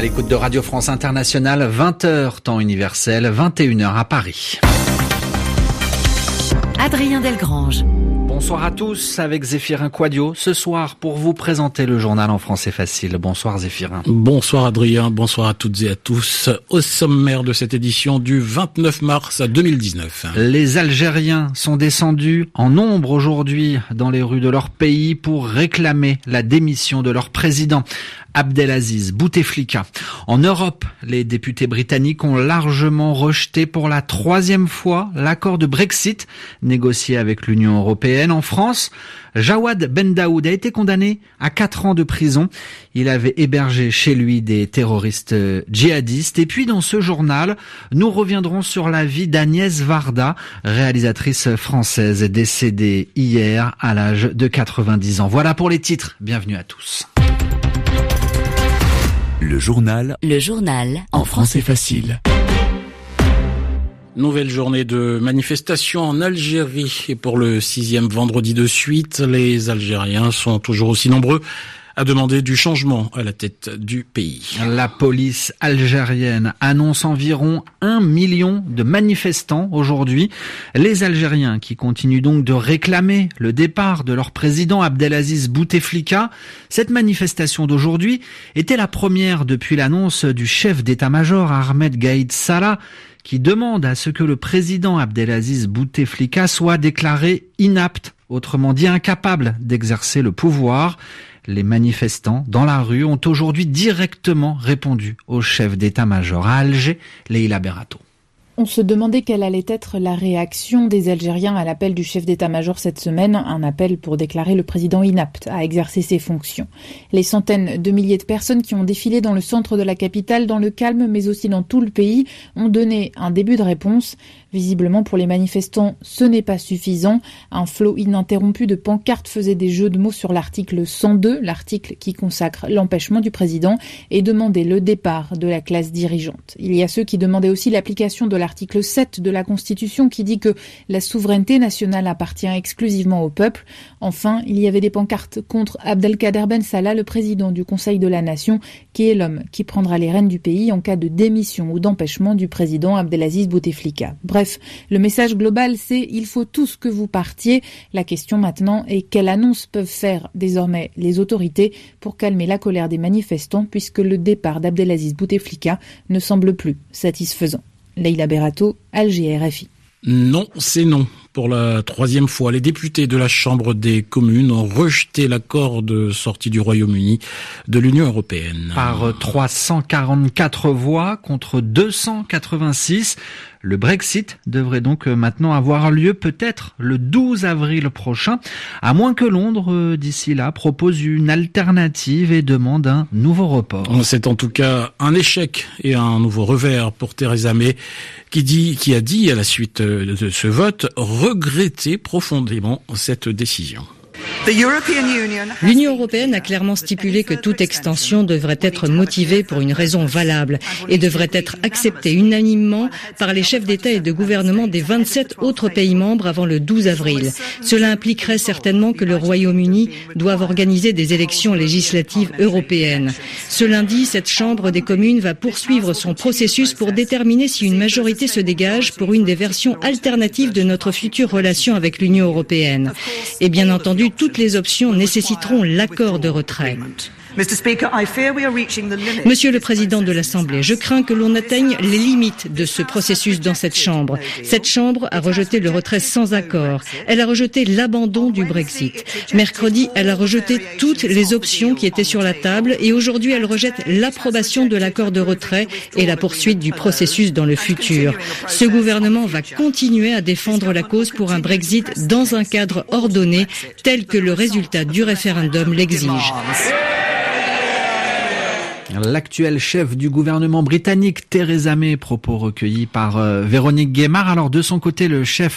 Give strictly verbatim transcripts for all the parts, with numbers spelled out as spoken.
l'écoute de Radio France Internationale, vingt heures temps universel, vingt et une heures à Paris. Adrien Delgrange. Bonsoir à tous avec Zéphirin Quadio ce soir pour vous présenter le journal en français facile. Bonsoir Zéphirin. Bonsoir Adrien, bonsoir à toutes et à tous. Au sommaire de cette édition du vingt-neuf mars deux mille dix-neuf. Les Algériens sont descendus en nombre aujourd'hui dans les rues de leur pays pour réclamer la démission de leur président. Abdelaziz Bouteflika. En Europe, les députés britanniques ont largement rejeté pour la troisième fois l'accord de Brexit négocié avec l'Union européenne. En France, Jawad Ben Daoud a été condamné à quatre ans de prison. Il avait hébergé chez lui des terroristes djihadistes. Et puis dans ce journal, nous reviendrons sur la vie d'Agnès Varda, réalisatrice française décédée hier à l'âge de quatre-vingt-dix ans. Voilà pour les titres. Bienvenue à tous. Le journal. Le journal. En français facile. Nouvelle journée de manifestation en Algérie. Et pour le sixième vendredi de suite, les Algériens sont toujours aussi nombreux à demander du changement à la tête du pays. La police algérienne annonce environ un million de manifestants aujourd'hui. Les Algériens qui continuent donc de réclamer le départ de leur président Abdelaziz Bouteflika. Cette manifestation d'aujourd'hui était la première depuis l'annonce du chef d'état-major Ahmed Gaïd Salah, qui demande à ce que le président Abdelaziz Bouteflika soit déclaré inapte, autrement dit incapable d'exercer le pouvoir. Les manifestants dans la rue ont aujourd'hui directement répondu au chef d'état-major à Alger, Leïla Berato. On se demandait quelle allait être la réaction des Algériens à l'appel du chef d'état-major cette semaine, un appel pour déclarer le président inapte à exercer ses fonctions. Les centaines de milliers de personnes qui ont défilé dans le centre de la capitale, dans le calme, mais aussi dans tout le pays, ont donné un début de réponse. Visiblement, pour les manifestants, ce n'est pas suffisant. Un flot ininterrompu de pancartes faisait des jeux de mots sur l'article cent deux, l'article qui consacre l'empêchement du président, et demandait le départ de la classe dirigeante. Il y a ceux qui demandaient aussi l'application de l'article sept de la Constitution qui dit que la souveraineté nationale appartient exclusivement au peuple. Enfin, il y avait des pancartes contre Abdelkader Ben Salah, le président du Conseil de la Nation, qui est l'homme qui prendra les rênes du pays en cas de démission ou d'empêchement du président Abdelaziz Bouteflika. Bref, le message global, c'est « il faut tous que vous partiez ». La question maintenant est quelle annonce peuvent faire désormais les autorités pour calmer la colère des manifestants puisque le départ d'Abdelaziz Bouteflika ne semble plus satisfaisant. Leïla Berato, Alger, R F I. Non, c'est non. Pour la troisième fois, les députés de la Chambre des communes ont rejeté l'accord de sortie du Royaume-Uni de l'Union européenne. Par trois cent quarante-quatre voix contre deux cent quatre-vingt-six, le Brexit devrait donc maintenant avoir lieu peut-être le douze avril prochain, à moins que Londres, d'ici là, propose une alternative et demande un nouveau report. C'est en tout cas un échec et un nouveau revers pour Theresa May, qui dit, qui a dit à la suite de ce vote regretter profondément cette décision. L'Union européenne a clairement stipulé que toute extension devrait être motivée pour une raison valable et devrait être acceptée unanimement par les chefs d'État et de gouvernement des vingt-sept autres pays membres avant le douze avril. Cela impliquerait certainement que le Royaume-Uni doive organiser des élections législatives européennes. Ce lundi, cette Chambre des communes va poursuivre son processus pour déterminer si une majorité se dégage pour une des versions alternatives de notre future relation avec l'Union européenne. Et bien entendu, toutes les options nécessiteront l'accord de retrait. Monsieur le Président de l'Assemblée, je crains que l'on atteigne les limites de ce processus dans cette Chambre. Cette Chambre a rejeté le retrait sans accord. Elle a rejeté l'abandon du Brexit. Mercredi, elle a rejeté toutes les options qui étaient sur la table et aujourd'hui, elle rejette l'approbation de l'accord de retrait et la poursuite du processus dans le futur. Ce gouvernement va continuer à défendre la cause pour un Brexit dans un cadre ordonné tel que le résultat du référendum l'exige. L'actuel chef du gouvernement britannique, Theresa May, propos recueillis par euh, Véronique Guémard. Alors de son côté, le chef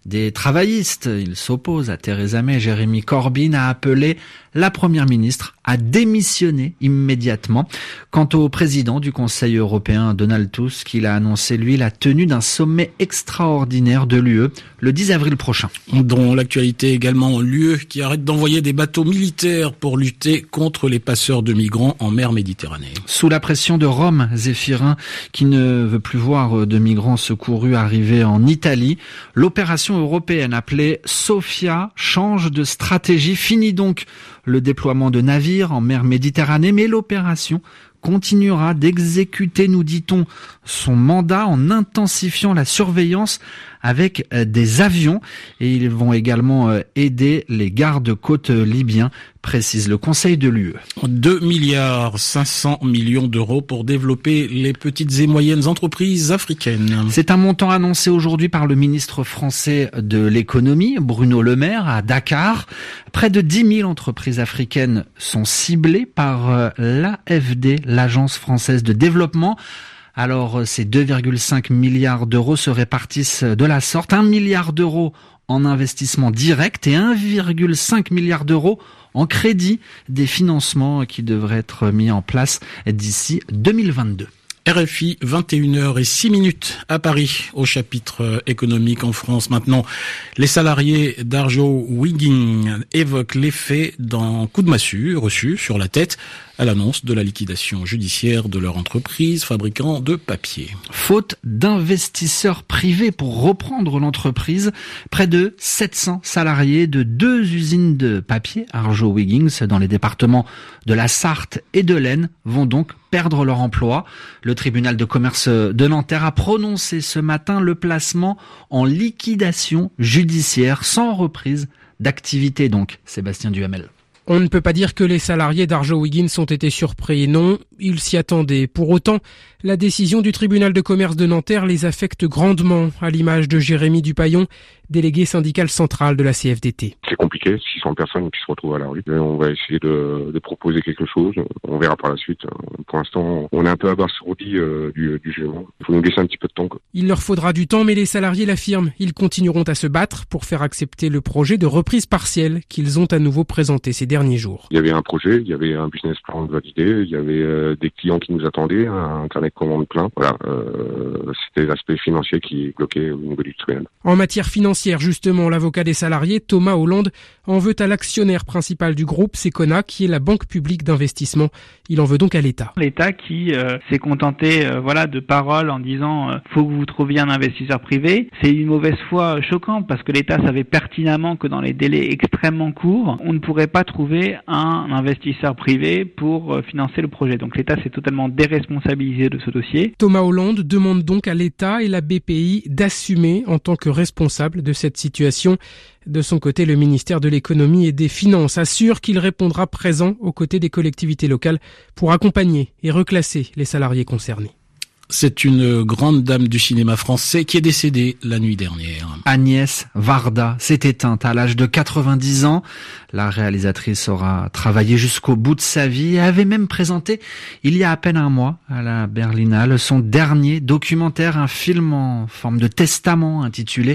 des travaillistes. Il s'oppose à Theresa May. Jeremy Corbyn a appelé la première ministre à démissionner immédiatement. Quant au président du Conseil européen, Donald Tusk, il a annoncé, lui, la tenue d'un sommet extraordinaire de l'U E le dix avril prochain. Dans l'actualité également, l'U E qui arrête d'envoyer des bateaux militaires pour lutter contre les passeurs de migrants en mer Méditerranée. Sous la pression de Rome, Zéphirin, qui ne veut plus voir de migrants secourus arriver en Italie, l'opération européenne appelée Sophia change de stratégie, finit donc le déploiement de navires en mer Méditerranée, mais l'opération continuera d'exécuter, nous dit-on, son mandat en intensifiant la surveillance avec des avions, et ils vont également aider les gardes-côtes libyens, précise le Conseil de l'U E. deux milliards cinq cents millions d'euros pour développer les petites et moyennes entreprises africaines. C'est un montant annoncé aujourd'hui par le ministre français de l'économie, Bruno Le Maire, à Dakar. Près de dix mille entreprises africaines sont ciblées par l'A F D, l'Agence française de développement. Alors, ces deux virgule cinq milliards d'euros se répartissent de la sorte. un milliard d'euros en investissement direct et un virgule cinq milliard d'euros en crédit, des financements qui devraient être mis en place d'ici deux mille vingt-deux. R F I, vingt et une heures zéro six minutes à Paris, au chapitre économique en France. Maintenant, les salariés d'Arjo Wigging évoquent l'effet d'un coup de massue reçu sur la tête à l'annonce de la liquidation judiciaire de leur entreprise fabricant de papier. Faute d'investisseurs privés pour reprendre l'entreprise, près de sept cents salariés de deux usines de papier, Arjo Wiggings, dans les départements de la Sarthe et de l'Aisne, vont donc perdre leur emploi. Le tribunal de commerce de Nanterre a prononcé ce matin le placement en liquidation judiciaire sans reprise d'activité, donc, Sébastien Duhamel. On ne peut pas dire que les salariés d'Arjo Wiggins ont été surpris, non, ils s'y attendaient. Pour autant, la décision du tribunal de commerce de Nanterre les affecte grandement, à l'image de Jérémy Dupaillon, délégué syndical central de la C F D T. C'est compliqué, six cents personnes qui se retrouvent à la rue. On va essayer de, de proposer quelque chose, on verra par la suite. Pour l'instant, on est un peu abasourdi euh, du, du jugement. Il faut nous laisser un petit peu de temps, quoi. Il leur faudra du temps, mais les salariés l'affirment. Ils continueront à se battre pour faire accepter le projet de reprise partielle qu'ils ont à nouveau présenté ces derniers jours. Il y avait un projet, il y avait un business plan validé, il y avait euh, des clients qui nous attendaient, un carnet de commandes plein. Voilà, euh, c'était l'aspect financier qui bloquait au niveau du tribunal. En matière financière, justement, l'avocat des salariés, Thomas Hollande, en veut à l'actionnaire principal du groupe, Secona, qui est la banque publique d'investissement. Il en veut donc à l'État. L'État qui euh, s'est contenté euh, voilà, de paroles en disant euh, « faut que vous trouviez un investisseur privé », c'est une mauvaise foi choquante parce que l'État savait pertinemment que dans les délais extrêmement courts, on ne pourrait pas trouver un investisseur privé pour euh, financer le projet. Donc l'État s'est totalement déresponsabilisé de ce dossier. Thomas Hollande demande donc à l'État et la B P I d'assumer en tant que responsable de cette situation. De son côté, le ministère de l'économie et des finances assure qu'il répondra présent aux côtés des collectivités locales pour accompagner et reclasser les salariés concernés. C'est une grande dame du cinéma français qui est décédée la nuit dernière. Agnès Varda s'est éteinte à l'âge de quatre-vingt-dix ans. La réalisatrice aura travaillé jusqu'au bout de sa vie et avait même présenté il y a à peine un mois à la Berlinale son dernier documentaire, un film en forme de testament intitulé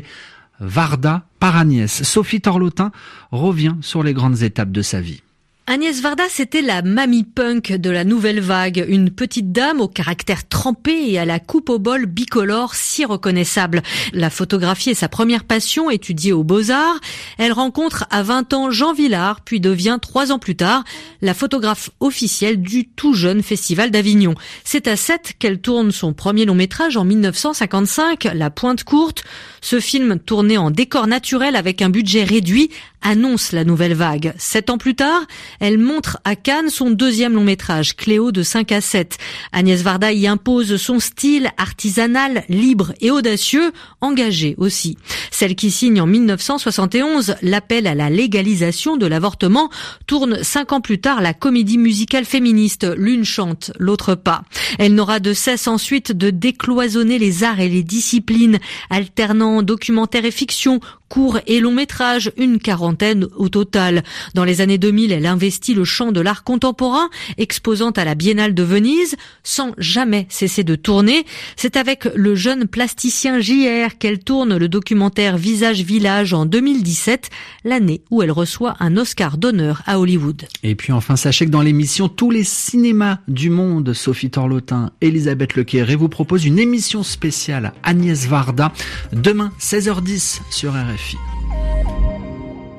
Varda par Agnès. Sophie Torlotin revient sur les grandes étapes de sa vie. Agnès Varda, c'était la mamie punk de la nouvelle vague, une petite dame au caractère trempé et à la coupe au bol bicolore si reconnaissable. La photographie est sa première passion, étudiée aux Beaux-Arts. Elle rencontre à vingt ans Jean Vilar, puis devient trois ans plus tard la photographe officielle du tout jeune Festival d'Avignon. C'est à sept qu'elle tourne son premier long métrage en mille neuf cent cinquante-cinq, La Pointe Courte. Ce film, tourné en décor naturel avec un budget réduit, annonce la nouvelle vague. Sept ans plus tard, elle montre à Cannes son deuxième long métrage, Cléo de cinq à sept. Agnès Varda y impose son style artisanal, libre et audacieux, engagé aussi. Celle qui signe en mille neuf cent soixante et onze l'appel à la légalisation de l'avortement tourne cinq ans plus tard la comédie musicale féministe, l'une chante, l'autre pas. Elle n'aura de cesse ensuite de décloisonner les arts et les disciplines, alternant documentaire et fiction, courts et longs métrages, une quarantaine au total. Dans les années deux mille, elle investit le champ de l'art contemporain, exposant à la Biennale de Venise, sans jamais cesser de tourner. C'est avec le jeune plasticien J R qu'elle tourne le documentaire Visage Village en deux mille dix-sept, l'année où elle reçoit un Oscar d'honneur à Hollywood. Et puis enfin, sachez que dans l'émission Tous les cinémas du monde, Sophie Torlotin, Elisabeth Lequéré vous propose une émission spéciale Agnès Varda, demain seize heures dix sur R F I.